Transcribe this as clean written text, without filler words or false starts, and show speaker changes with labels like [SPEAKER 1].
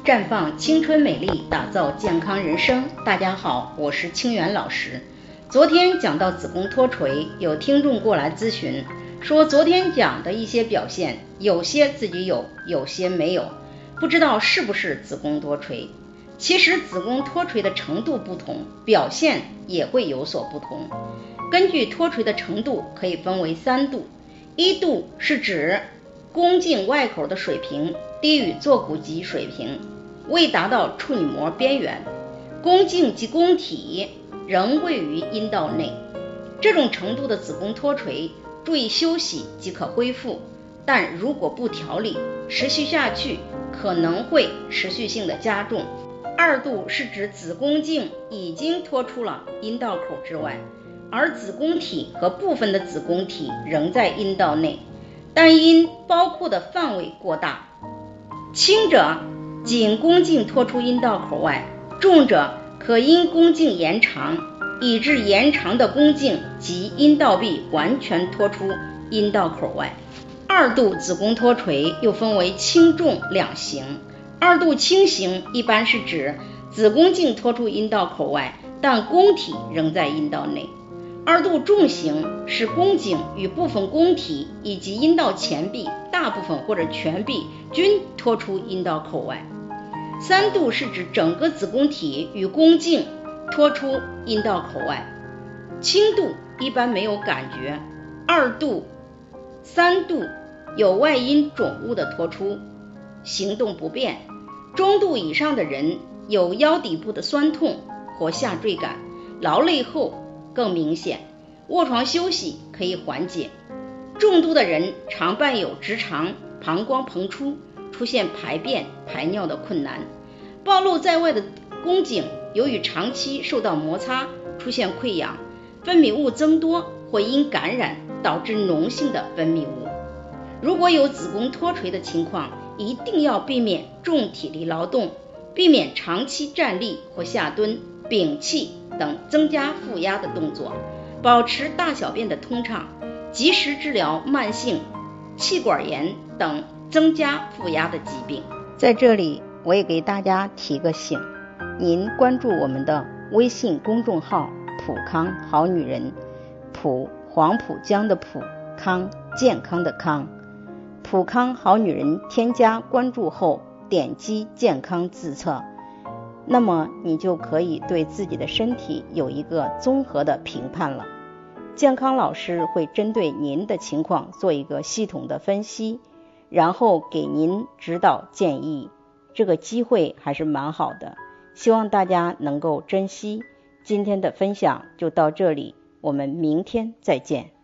[SPEAKER 1] 绽放青春美丽，打造健康人生。大家好，我是清源老师。昨天讲到子宫脱垂，有听众过来咨询，说昨天讲的一些表现，有些自己有，有些没有，不知道是不是子宫脱垂。其实子宫脱垂的程度不同，表现也会有所不同。根据脱垂的程度可以分为3度。1度是指宫颈外口的水平低于坐骨肌水平，未达到处女膜边缘，宫颈及宫体仍位于阴道内。这种程度的子宫脱垂，注意休息即可恢复，但如果不调理，持续下去可能会持续性的加重。2度是指子宫颈已经脱出了阴道口之外，而子宫体和部分的子宫体仍在阴道内，但因包括的范围过大，轻者仅宫颈脱出阴道口外，重者可因宫颈延长，以致延长的宫颈及阴道壁完全脱出阴道口外。2度子宫脱垂又分为轻重2型。2度轻型一般是指子宫颈脱出阴道口外，但宫体仍在阴道内。2度重型是宫颈与部分宫体以及阴道前壁大部分或者全壁均脱出阴道口外。3度是指整个子宫体与宫颈脱出阴道口外，轻度一般没有感觉，2度、3度有外阴肿物的脱出，行动不便。中度以上的人有腰底部的酸痛或下坠感，劳累后更明显，卧床休息可以缓解。重度的人常伴有直肠、膀胱膨出，出现排便、排尿的困难。暴露在外的宫颈由于长期受到摩擦，出现溃疡，分泌物增多或因感染导致脓性的分泌物。如果有子宫脱垂的情况，一定要避免重体力劳动，避免长期站立或下蹲、屏气等增加负压的动作，保持大小便的通畅，及时治疗慢性气管炎等增加负压的疾病。在这里我也给大家提个醒，您关注我们的微信公众号普康好女人，普黄浦江的普，康健康的康，普康好女人添加关注后点击健康自测，那么你就可以对自己的身体有一个综合的评判了。健康老师会针对您的情况做一个系统的分析，然后给您指导建议。这个机会还是蛮好的，希望大家能够珍惜。今天的分享就到这里，我们明天再见。